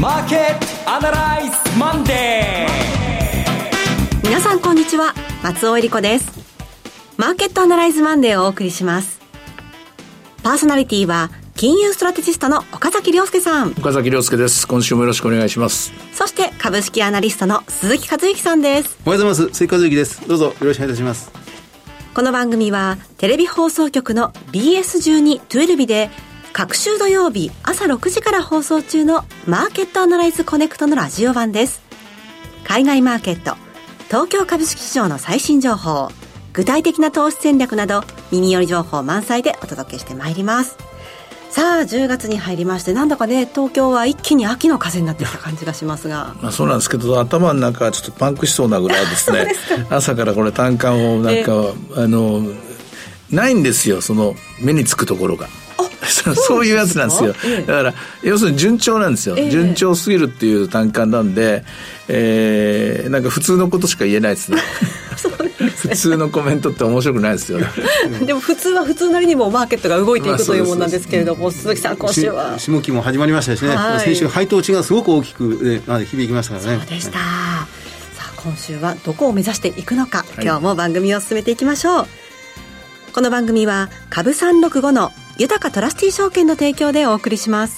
マーケットアナライズマンデー。 皆さんこんにちは、松尾恵理子です。マーケットアナライズマンデーをお送りします。パーソナリティは金融ストラテジストの岡崎亮介さん。 岡崎亮介です。今週もよろしくお願いします。 そして株式アナリストの鈴木和之さんです。 おはようございます。鈴木和之です。どうぞよろしくお願いいたします。 この番組はテレビ放送局の BS12-12 で各週土曜日朝6時から放送中のマーケットアナライズコネクトのラジオ版です。海外マーケット、東京株式市場の最新情報、具体的な投資戦略など耳寄り情報満載でお届けしてまいります。さあ10月に入りまして、なんだかね、東京は一気に秋の風になってきた感じがしますがそうなんですけど、頭の中はちょっとパンクしそうなぐらいですね朝からこれ単価をなんか、ないんですよ、その目につくところが。そういうやつなんですよ。だから要するに順調なんですよ。順調すぎるっていう単価なんで、なんか普通のことしか言えないですね普通のコメントって面白くないですよねでも普通は普通なりにもマーケットが動いていくというものなんですけれども、鈴木さん今週は下期も始まりましたしね、先週配当値がすごく大きく、響きましたからね。 そうでした、さあ今週はどこを目指していくのか、今日も番組を進めていきましょう。この番組は株365の豊かトラスティ証券の提供でお送りします。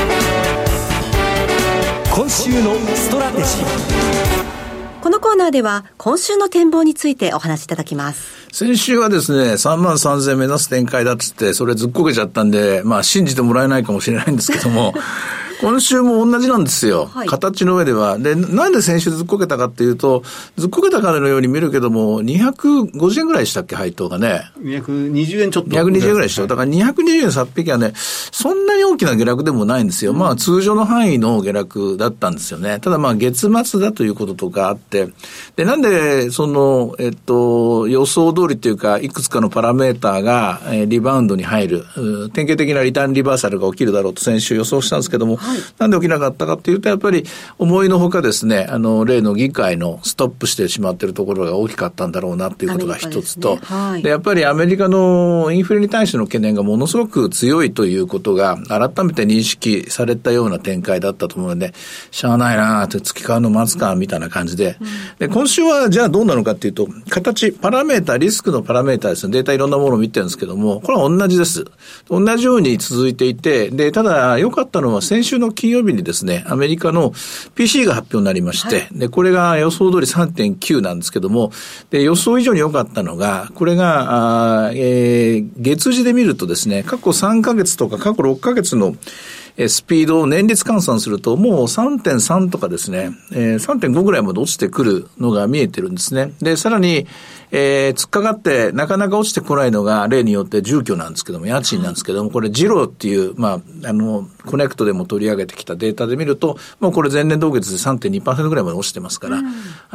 今週のストラテジー。 このコーナーでは今週の展望についてお話しいただきます。 先週はですね、33,000目指す展開だっつってそれずっこけちゃったんで、信じてもらえないかもしれないんですけども今週も同じなんですよ、形の上では。で、なんで先週ずっこけたかっていうと、ずっこけたかのように見るけども、250円ぐらいしたっけ、配当がね。 220円ちょっと。 220円ぐらいでしょ。だから220円3匹はね、そんなに大きな下落でもないんですよ。通常の範囲の下落だったんですよね。ただ月末だということとかあって、で、なんで、その、予想通りというか、いくつかのパラメーターが、リバウンドに入る、典型的なリターンリバーサルが起きるだろうと先週予想したんですけども、なんで起きなかったかっていうと、やっぱり思いのほかですね、例の議会のストップしてしまっているところが大きかったんだろうなっていうことが一つと、で、やっぱりアメリカのインフレに対しての懸念がものすごく強いということが改めて認識されたような展開だったと思うので、しゃあないなーって月買うの待つかみたいな感じで、で、今週はじゃあどうなのかっていうと、パラメータ、リスクのパラメータですね、データいろんなものを見てるんですけども、これは同じです。同じように続いていて、で、ただ良かったのは先週の金曜日にですね、アメリカの PC が発表になりまして、で、これが予想通り 3.9 なんですけども、で、予想以上に良かったのが、これが、月次で見るとですね、過去3ヶ月とか過去6ヶ月のスピードを年率換算するともう 3.3 とかですね、3.5 ぐらいまで落ちてくるのが見えてるんですね。で、さらに、突っかかってなかなか落ちてこないのが例によって住居なんですけども、家賃なんですけども、これジローっていう、コネクトでも取り上げてきたデータで見ると、もうこれ前年同月で 3.2% ぐらいまで落ちてますから、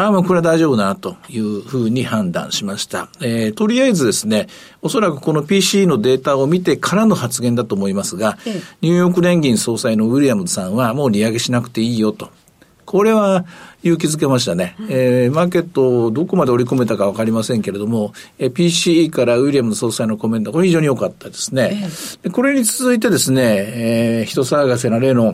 もうこれは大丈夫だなというふうに判断しました。とりあえずですね、おそらくこの PC のデータを見てからの発言だと思いますが、ニューヨーク連銀総裁のウィリアムズさんはもう利上げしなくていいよと。これは勇気づけましたね。マーケットをどこまで織り込めたかわかりませんけれども、PC からウィリアムズ総裁のコメント、これ非常に良かったですね。でこれに続いてですね、人騒がせな例の、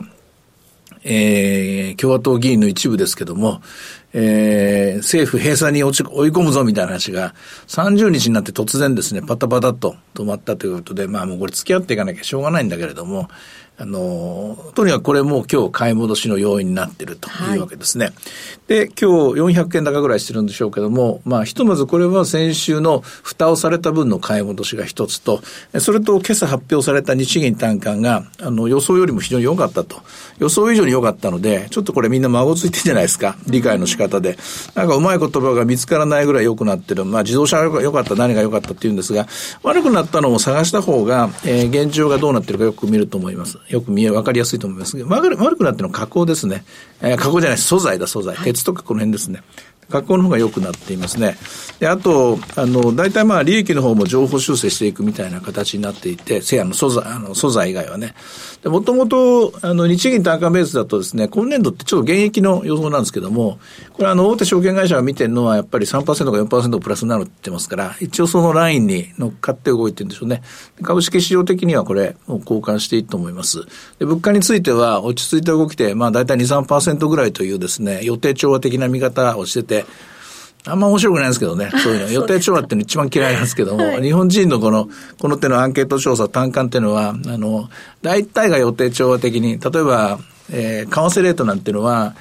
共和党議員の一部ですけども、政府閉鎖に追い込むぞみたいな話が30日になって突然ですね、パタパタっと止まったということで、もうこれ付き合っていかなきゃしょうがないんだけれども、とにかくこれも今日買い戻しの要因になっているというわけですね。で、今日400円高ぐらいしてるんでしょうけども、ひとまずこれは先週の蓋をされた分の買い戻しが一つと、それと今朝発表された日銀短観が、予想よりも非常に良かったと。予想以上に良かったので、ちょっとこれみんな孫ついてるじゃないですか。理解の仕方で。なんかうまい言葉が見つからないぐらい良くなってる。自動車が良かった、何が良かったって言うんですが、悪くなったのを探した方が、現状がどうなってるかよく見ると思います。よく分かりやすいと思います。悪くなってるのは加工ですね。加工じゃない、素材だ、素材。鉄とかこの辺ですね。 格好の方が良くなっていますね。で、あと、大体利益の方も情報修正していくみたいな形になっていて、素材以外はね。で、もともと、日銀単価ベースだとですね、今年度ってちょっと減益の予想なんですけども、これ大手証券会社が見てるのはやっぱり 3% か 4% プラスになるって言ってますから、一応そのラインに乗っかって動いてるんでしょうね。株式市場的にはこれ、交換していいと思います。で、物価については落ち着いた動きで、大体 2-3% ぐらいというですね、予定調和的な見方をしてて、あんま面白くないんですけどね。そういうの。予定調和っての一番嫌いなんですけども、はい、日本人のこの手のアンケート調査、単価っていうのは、大体が予定調和的に、例えば、為替レートなんていうのは、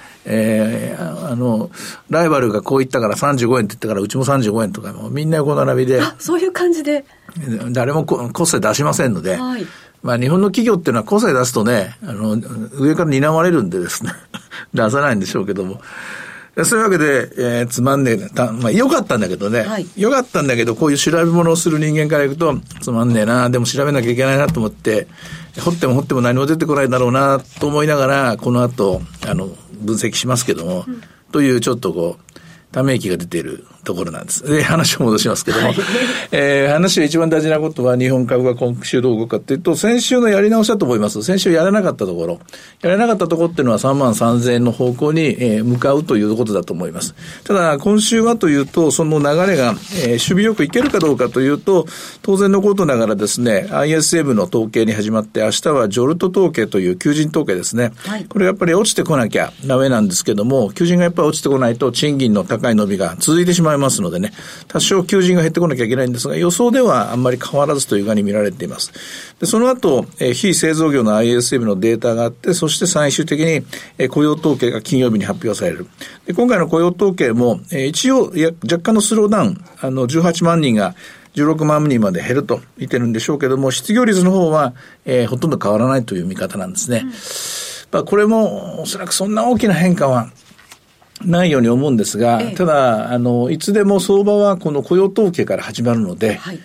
ライバルがこう言ったから35円って言ったから、うちも35円とかもみんな横並びで。 そういう感じで。 誰も個性出しませんので、 はい、 日本の企業っていうのは個性出すとね、上から睨まれるんでですね、出さないんでしょうけども。そういうわけで、つまんねえ良かったんだけどね、はい。良かったんだけど、こういう調べ物をする人間からいくと、つまんねえな、でも調べなきゃいけないなと思って、掘っても何も出てこないだろうな、と思いながら、この後、分析しますけども、というちょっとため息が出ているところなんです。で、話を戻しますけども、話は一番大事なことは日本株が今週どう動くかっていうと、先週のやり直しだと思います。先週やらなかったところっていうのは33,000円の方向に向かうということだと思います。ただ、今週はというと、その流れが守備よくいけるかどうかというと、当然のことながらですね、ISM の統計に始まって、明日はジョルト統計という求人統計ですね。はい、これやっぱり落ちてこなきゃダメなんですけども、求人がやっぱり落ちてこないと賃金の高い伸びが続いてしまいますのでね、多少求人が減ってこなきゃいけないんですが、予想ではあんまり変わらずというふうに見られています。で、その後、非製造業の ISM のデータがあって、そして最終的に雇用統計が金曜日に発表される。で、今回の雇用統計も一応若干のスローダウン、18万人が16万人まで減ると見てるんでしょうけども、失業率の方は、ほとんど変わらないという見方なんですね。これもおそらくそんな大きな変化はないように思うんですが、ただいつでも相場はこの雇用統計から始まるので、はい、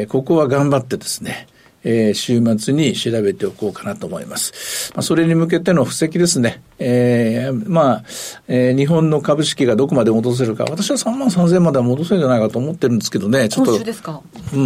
ここは頑張ってですね、週末に調べておこうかなと思います。それに向けての布石ですね。日本の株式がどこまで戻せるか、私は33,000までは戻せるんじゃないかと思ってるんですけどね。ちょっと今週ですか？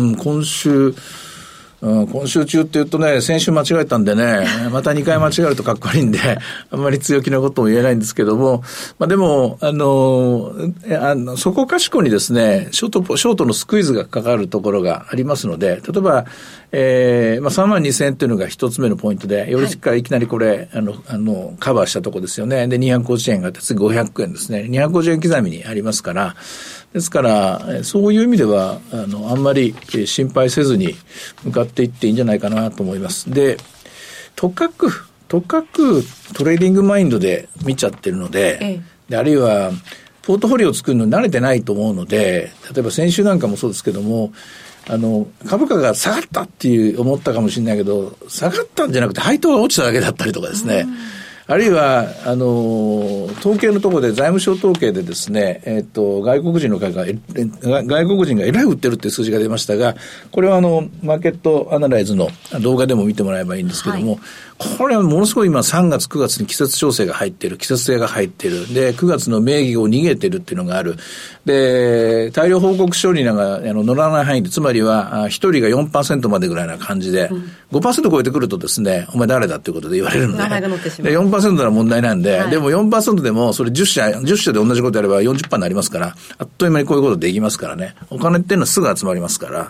今週中って言うとね、先週間違えたんでね、また2回間違えるとかっこ悪いんで、あんまり強気なことも言えないんですけども、でも、そこかしこにですね、ショートのスクイズがかかるところがありますので、例えば、32,000円っていうのが一つ目のポイントで、よりしっかりいきなりこれ、カバーしたとこですよね。で、250円があって次500円ですね。250円刻みにありますから、ですから、そういう意味では、あんまり心配せずに向かっていっていいんじゃないかなと思います。で、とかくトレーディングマインドで見ちゃってるので、であるいは、ポートフォリオを作るのに慣れてないと思うので、例えば先週なんかもそうですけども、株価が下がったって思ったかもしれないけど、下がったんじゃなくて配当が落ちただけだったりとかですね。あるいは、統計のところで財務省統計でですね、外国人がえらい売ってるっていう数字が出ましたが、これはマーケットアナライズの動画でも見てもらえばいいんですけども、はい、これはものすごい今3月9月に季節調整が入ってる、季節性が入ってる。で、9月の名義を逃げてるっていうのがある。で、大量報告書に乗らない範囲で、つまりは1人が 4% までぐらいな感じで、5% 超えてくるとですね、お前誰だっていうことで言われるので、 名前が載ってしまう。 で、4% なら問題なんで、はい、でも 4% でもそれ10社で同じことやれば 40% になりますから、あっという間にこういうことできますからね。お金っていうのはすぐ集まりますから、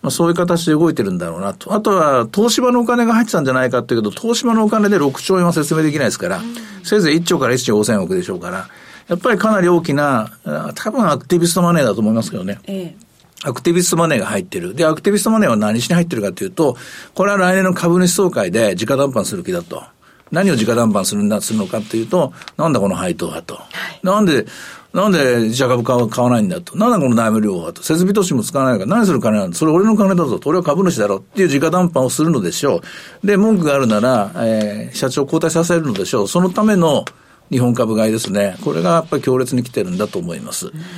そういう形で動いてるんだろうなと。あとは、東芝のお金が入ってたんじゃないかっていうけど、東芝のお金で6兆円は説明できないですから、せいぜい1兆から1兆5000億でしょうから、やっぱりかなり大きな、多分アクティビストマネーだと思いますけどね。アクティビストマネーが入ってる。で、アクティビストマネーは何しに入ってるかというと、これは来年の株主総会で直談判する気だと。何を直談判するのかというと、なんだこの配当はと。はい、なんで自社株買わないんだと。なんだこの内務療法はと。設備投資も使わないから何する金なんだ。それ俺の金だぞと。俺は株主だろっていう直談判をするのでしょう。で、文句があるなら、社長を交代させるのでしょう。そのための日本株買いですね。これがやっぱり強烈に来てるんだと思います。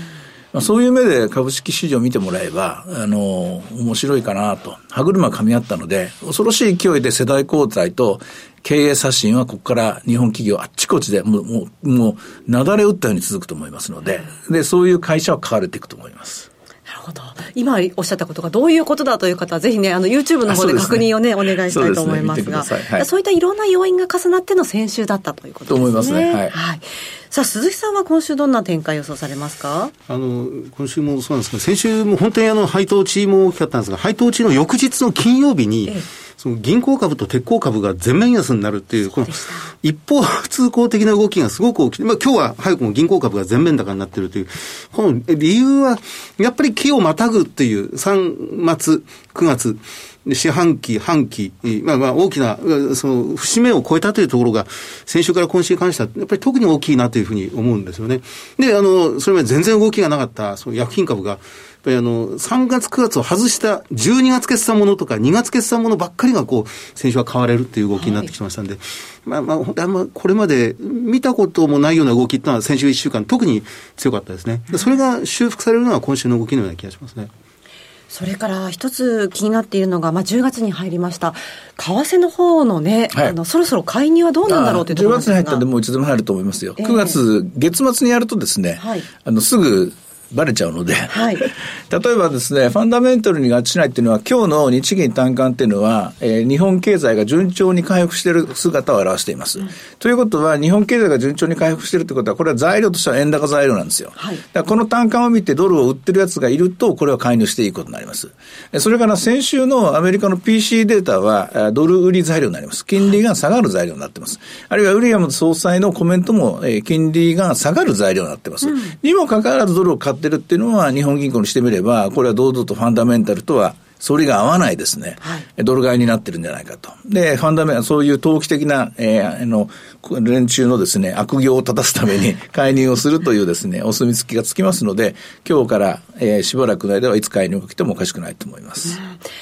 そういう目で株式市場を見てもらえば、面白いかなと。歯車噛み合ったので、恐ろしい勢いで世代交代と経営刷新はここから日本企業あっちこっちでもうなだれ打ったように続くと思いますので、そういう会社は買われていくと思います。 なるほど。今おっしゃったことがどういうことだという方はぜひね、YouTube の方で確認をね、お願いしたいと思いますが、そういったいろんな要因が重なっての先週だったということですね。と思いますね。はい。はい。さあ、鈴木さんは今週どんな展開予想されますか？ 今週もそうなんですけど、先週も本当に配当値も大きかったんですが、配当値の翌日の金曜日に、その銀行株と鉄鋼株が全面安になるっていう、この一方通行的な動きがすごく大きい。今日は早くも銀行株が全面高になっているという、この理由は、やっぱり期をまたぐっていう3月、9月、四半期、半期、大きな、その、節目を超えたというところが、先週から今週に関しては、やっぱり特に大きいなというふうに思うんですよね。で、それまで全然動きがなかった、その薬品株が、やっぱり3月、9月を外した12月決算ものとか2月決算ものばっかりが先週は買われるっていう動きになってきましたんで、本当にこれまで見たこともないような動きっていうのは先週1週間特に強かったですね。それが修復されるのは今週の動きのような気がしますね。 それから一つ気になっているのが、10月に入りました。為替の方のね、そろそろ介入はどうなんだろうというところですが。10月に入ったんでもういつでも入ると思いますよ。9月、月末にやるとですね、すぐ、バレちゃうので、例えばですね、ファンダメンタルに合致しないっていうのは、今日の日銀短観っていうのは、日本経済が順調に回復している姿を表しています。ということは、日本経済が順調に回復しているということは、これは材料としては円高材料なんですよ。だからこの短観を見てドルを売ってるやつがいると、これは介入していいことになります。それから先週のアメリカの PC データは、ドル売り材料になります。金利が下がる材料になっています。あるいはウィリアムズ総裁のコメントも、金利が下がる材料になっています。にもかかわらずドルを買ってるっていうのは日本銀行にしてみればこれは堂々とファンダメンタルとは反りが合わないですね、ドル買いになってるんじゃないかと。でファンダメンタルそういう投機的な、連中のですね悪行を正すために介入をするというですねお墨付きがつきますので今日から、しばらくの間はいつ介入が来てもおかしくないと思います。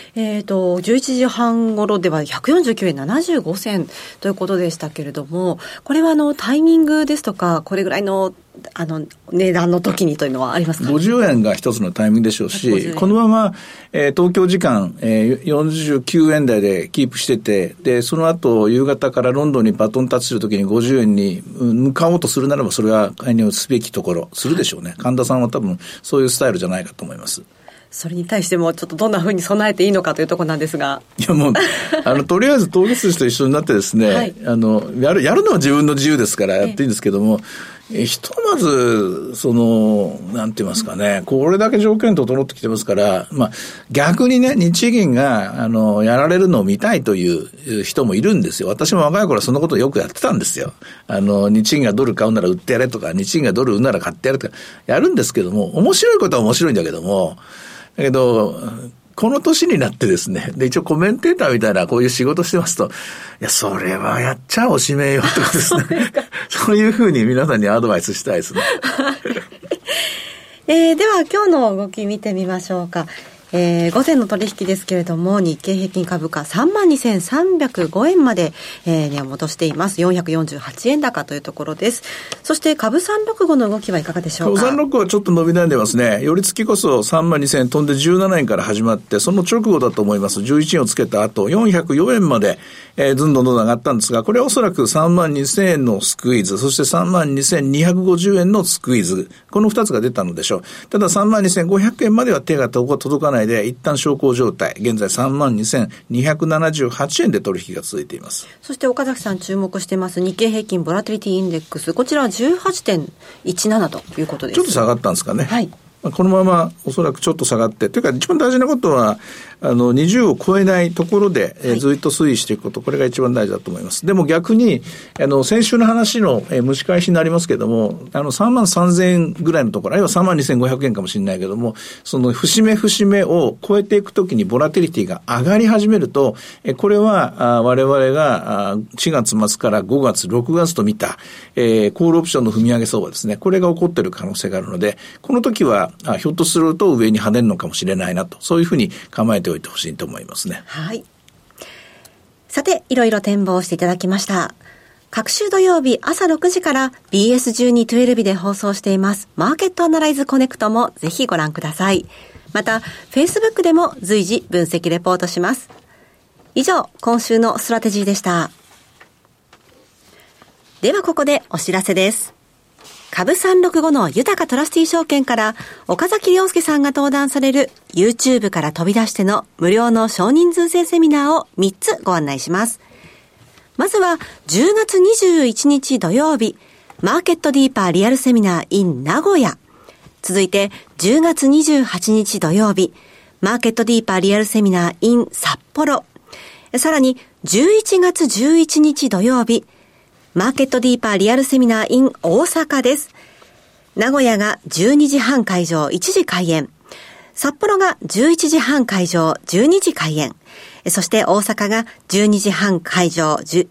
11時半頃では149円75銭ということでしたけれども、これはタイミングですとかこれぐらいの値段の時にというのはありますか？ 50 円が一つのタイミングでしょうし、このまま、東京時間、49円台でキープしてて、で、その後夕方からロンドンにバトンタッチするときに50円に向かおうとするならばそれは介入すべきところ、するでしょうね。神田さんは多分そういうスタイルじゃないかと思います。 それに対してもちょっとどんな風に備えていいのかというところなんですが。 いやもう、とりあえず当月筋と一緒になってですね、やるのは自分の自由ですからやっていいんですけども、ひとまず、なんて言いますかね、これだけ条件整ってきてますから、逆にね、日銀が、やられるのを見たいという人もいるんですよ。私も若い頃はそんなことをよくやってたんですよ。日銀がドル買うなら売ってやれとか、日銀がドル売るなら買ってやれとか、やるんですけども、面白いことは面白いんだけども、だけど、この年になってですね、で、一応コメンテーターみたいなこういう仕事してますと、いや、それはやっちゃおしめよとかですね、そういうふうに皆さんにアドバイスしたいですね。 では今日の動き見てみましょうか。午前の取引ですけれども、日経平均株価 32,305 円まで、値を戻しています。448円高というところです。そして株365の動きはいかがでしょうか。 株365はちょっと伸び悩んでますね。寄り付きこそ 32,000 円飛んで17円から始まって、その直後だと思います。11円をつけた後、404円まで、ずんどん上がったんですが、これはおそらく 32,000 円のスクイーズ、そして 32,250 円のスクイーズ、この2つが出たのでしょう。ただ 32,500 円までは手が届かないで一旦小康状態、現在 32,278 円で取引が続いています。 そして岡崎さん注目してます日経平均ボラティリティインデックス、こちらは 18.17 ということです。 ちょっと下がったんですかね。 はい。 このままおそらくちょっと下がってというか一番大事なことは20を超えないところで、ずっと推移していくこと、これが一番大事だと思います。でも逆に先週の話の、蒸し返しになりますけども33,000 円ぐらいのところ、あるいは 32,500 円かもしれないけども、その節目節目を超えていくときにボラティリティが上がり始めると、これは我々が4月末から5月6月と見た、コールオプションの踏み上げ相場ですね、これが起こっている可能性があるので、この時はひょっとすると上に跳ねるのかもしれないなと、そういうふうに構えておいてほしいと思いますね。 はい。さて、いろいろ展望していただきました。 各週土曜日朝6時から BS12-12 で放送していますマーケットアナライズコネクトもぜひご覧ください。また Facebook でも随時分析レポートします。以上、今週のストラテジーでした。ではここでお知らせです。株365の豊かトラスティ証券から岡崎亮介さんが登壇される YouTube から飛び出しての無料の少人数制セミナーを3つご案内します。まずは10月21日土曜日、マーケットディーパーリアルセミナー in 名古屋。続いて10月28日土曜日、マーケットディーパーリアルセミナー in 札幌。さらに11月11日土曜日、マーケットディーパーリアルセミナー in 大阪です。名古屋が12時半会場1時開演。札幌が11時半会場12時開演。そして大阪が12時半会場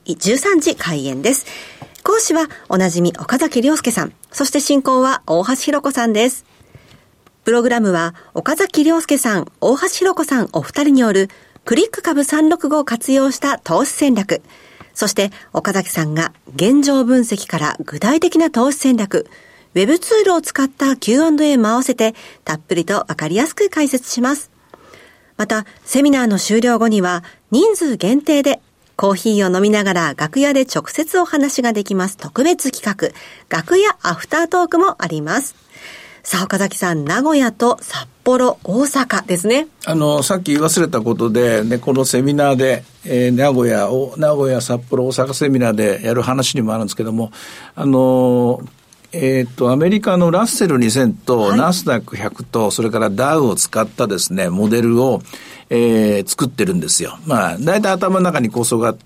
13時開演です。講師はおなじみ岡崎亮介さん。そして進行は大橋ひろ子さんです。プログラムは岡崎亮介さん、大橋ひろ子さんお二人によるクリック株365を活用した投資戦略。そして岡崎さんが現状分析から具体的な投資戦略、ウェブツールを使った Q&A も合わせてたっぷりとわかりやすく解説します。また、セミナーの終了後には人数限定でコーヒーを飲みながら楽屋で直接お話ができます特別企画、楽屋アフタートークもあります。さあ岡崎さん、名古屋と札幌、大阪ですね。 さっき言い忘れたことで、ね、このセミナーで、名古屋、札幌、大阪セミナーでやる話にもあるんですけども、アメリカのラッセル2000とナスダック100と、それからダウを使ったですね、モデルを、作ってるんですよ。まあ、だいたい頭の中に構想があって、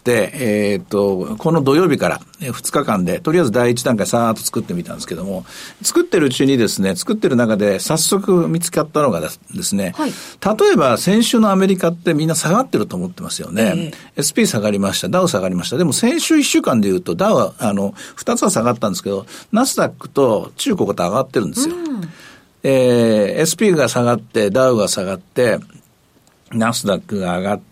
この土曜日から2日間で、とりあえず第1段階さーっと作ってみたんですけども、作ってるうちにですね、作ってる中で早速見つかったのがですね、はい、例えば先週のアメリカってみんな下がってると思ってますよね。SP 下がりました、ダウ下がりました。でも先週1週間で言うと、ダウは、2つは下がったんですけど、ナスダックと中国と上がってるんですよ。SP が下がって、ダウが下がって、ナスダックが上がって、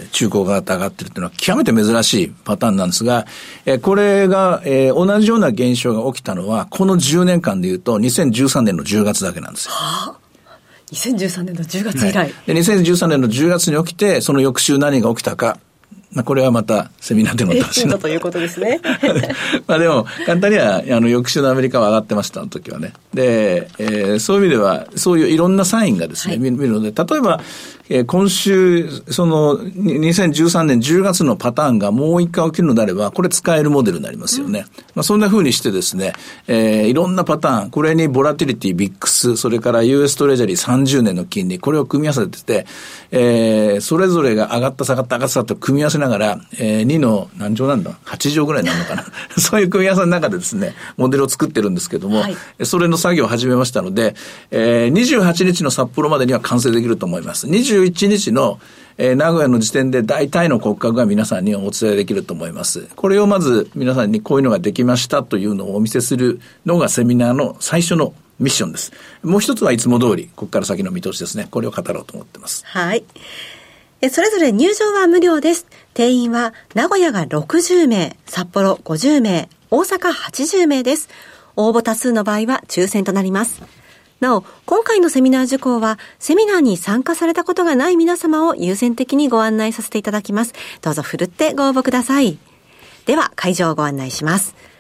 中古が上がってるっていうのは極めて珍しいパターンなんですが、これが、同じような現象が起きたのは、この10年間で言うと2013年の10月だけなんですよ。 はあ、2013年の10月以来。 で、2013年の10月に起きて、その翌週何が起きたか。これはまたセミナーでの話ということですね。 まあでも簡単には翌週のアメリカは上がってましたの時はね。で、そういう意味ではそういういろんなサインがですね、見るので、例えば、今週その2013年10月のパターンがもう一回起きるのであればこれ使えるモデルになりますよね。まあそんな風にしてですね、いろんなパターン、これにボラティリティ、ビックス、それから US トレジャリー30年の金利、これを組み合わせてて、それぞれが上がった下がった上がった下がった組み合わせながら、2の何乗なんだ ?8 乗ぐらいになるのかなそういう組み合わせの中でですね、モデルを作ってるんですけども、はい、それの作業を始めましたので、28日の札幌までには完成できると思います。21日の、名古屋の時点で大体の骨格が皆さんにお伝えできると思います。これをまず皆さんにこういうのができましたというのをお見せするのがセミナーの最初のミッションです。もう一つはいつも通り、ここから先の見通しですね。これを語ろうと思っています。 はい。それぞれ入場は無料です。定員は名古屋が60名、札幌50名、大阪80名です。応募多数の場合は抽選となります。なお、今回のセミナー受講は、セミナーに参加されたことがない皆様を優先的にご案内させていただきます。どうぞふるってご応募ください。では、会場をご案内します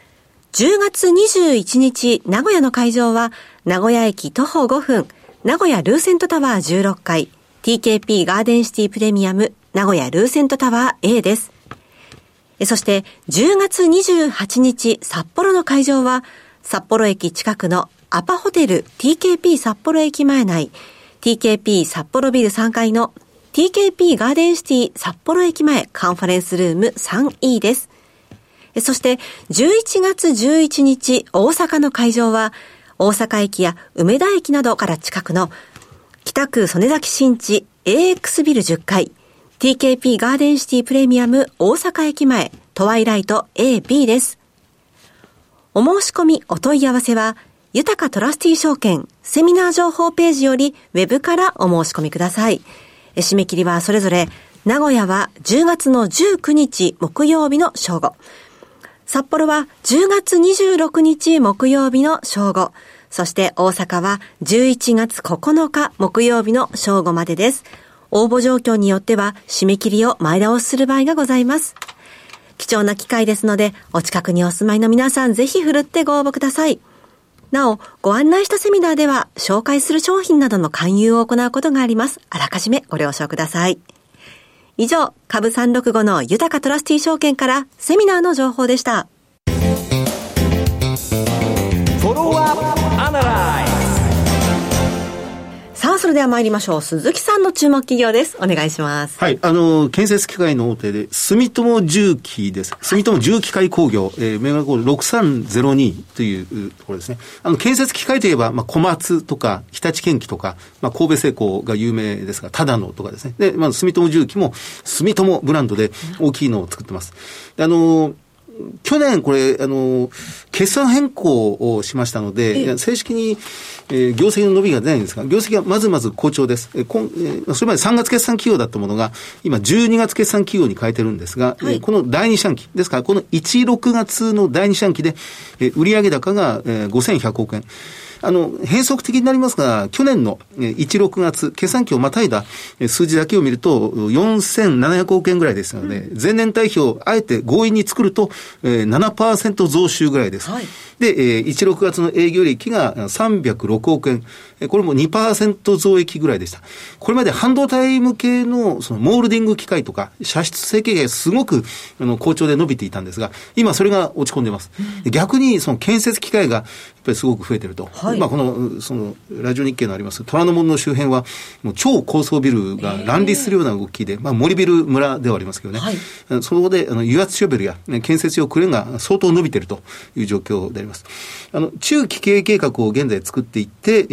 。10月21日、名古屋の会場は、名古屋駅徒歩5分、名古屋ルーセントタワー16階、TKP ガーデンシティプレミアム、名古屋ルーセントタワー A です。そして、10月28日、札幌の会場は、札幌駅近くのアパホテル TKP 札幌駅前内 TKP 札幌ビル3階の TKP ガーデンシティ札幌駅前カンファレンスルーム 3E です。そして11月11日大阪の会場は大阪駅や梅田駅などから近くの北区曽根崎新地 AX ビル10階 TKP ガーデンシティプレミアム大阪駅前トワイライト AB です。お申し込みお問い合わせは豊かトラスティ証券セミナー情報ページよりウェブからお申し込みください。締め切りはそれぞれ名古屋は10月の19日木曜日の正午、 札幌は10月26日木曜日の正午、そして大阪は11月9日木曜日の正午までです。応募状況によっては締め切りを前倒しする場合がございます。貴重な機会ですので、お近くにお住まいの皆さんぜひふるってご応募ください。なお、ご案内したセミナーでは紹介する商品などの勧誘を行うことがあります。あらかじめご了承ください。以上、株365の豊かトラスティ証券からセミナーの情報でした。さあ、それでは参りましょう。鈴木さんの注目企業です。お願いします。 はい、建設機械の大手で、住友重機です。住友重機械工業、銘柄コード6302というところですね。建設機械といえば、小松とか、日立建機とか、神戸製鋼が有名ですが、ただのとかですね。で、住友重機も、住友ブランドで大きいのを作ってます。去年これ、決算変更をしましたので、正式に、業績の伸びが出ないんですが、業績はまずまず好調です。それまで3月決算企業だったものが、今12月決算企業に変えてるんですが、この第2四半期、ですからこの1、6月の第2四半期で、売上高が、5100億円。変則的になりますが、去年の1、6月、決算期をまたいだ数字だけを見ると、4700億円ぐらいですので、前年対比をあえて強引に作ると、7% 増収ぐらいです。はい、で、1、6月の営業利益が306億円。これも 2% 増益ぐらいでした。これまで半導体向けのそのモールディング機械とか、射出成形がすごく好調で伸びていたんですが、今それが落ち込んでいます。逆にその建設機械がやっぱりすごく増えていると。はい、このラジオ日経のあります虎ノ門の周辺はもう超高層ビルが乱立するような動きで、森ビル村ではありますけどね。はい、そこで油圧ショベルや建設用クレーンが相当伸びているという状況であります。中期経営計画を現在作っていって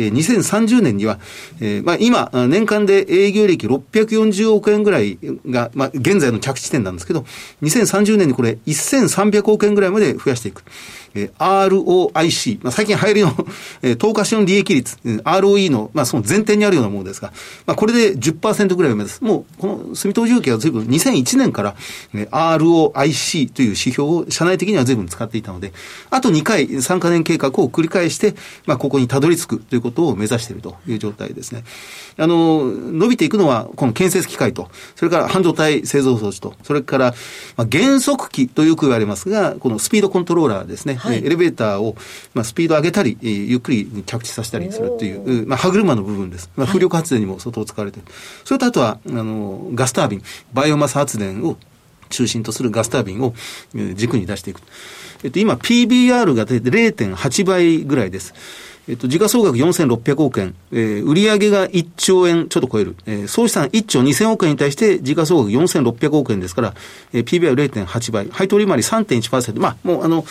、2030年には、今、年間で営業利益640億円ぐらいが、現在の着地点なんですけど、2030年にこれ1300億円ぐらいまで増やしていく。ROIC、最近流行りの、投下資本利益率、ROE の、その前提にあるようなものですが、これで 10% ぐらいを目指す。もう、この住友重機は随分2001年から、ROIC という指標を社内的には随分使っていたので、あと2回3カ年計画を繰り返して、ここにたどり着くということを目指しているという状態ですね。伸びていくのは、この建設機械と、それから半導体製造装置と、それから、減速機とよく言われますが、このスピードコントローラーですね。はい、エレベーターを、スピードを上げたり、ゆっくり着地させたりするという、歯車の部分です。風力発電にも相当使われている。それとあとは、ガスタービン、バイオマス発電を中心とするガスタービンを軸に出していく。今、PBR が出て 0.8 倍ぐらいです。時価総額4600億円、売上が1兆円ちょっと超える、総資産1兆2000億円に対して時価総額4600億円ですから、PBR0.8 倍、配当利回り 3.1%、もう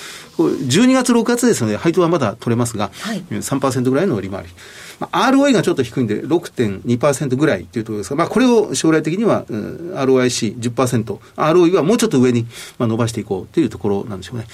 12月6月ですので配当はまだ取れますが、はい、3% ぐらいの利回り。ROE がちょっと低いんで 6.2% ぐらいというところですが、これを将来的には、ROIC10%、ROE はもうちょっと上に、伸ばしていこうというところなんでしょうね。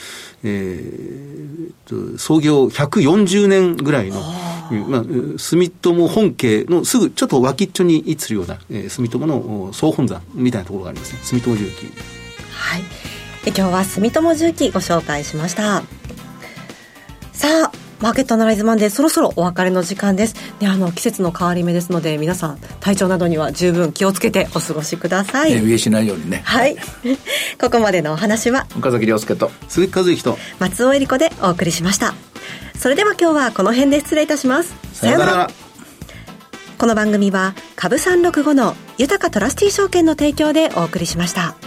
創業140年ぐらいの、住友本家のすぐちょっと脇っちょに位置するような、住友の総本山みたいなところがありますね。住友重機。 はい。今日は住友重機ご紹介しました。さあ、マーケットアナライズマンデー、そろそろお別れの時間です。ね、季節の変わり目ですので、皆さん体調などには十分気をつけてお過ごしください。 飢えしないようにね。 はい。ここまでのお話は岡崎亮介と鈴木和之と松尾恵理子でお送りしました。それでは今日はこの辺で失礼いたします。 さようなら。 この番組は株365の豊かトラスティ証券の提供でお送りしました。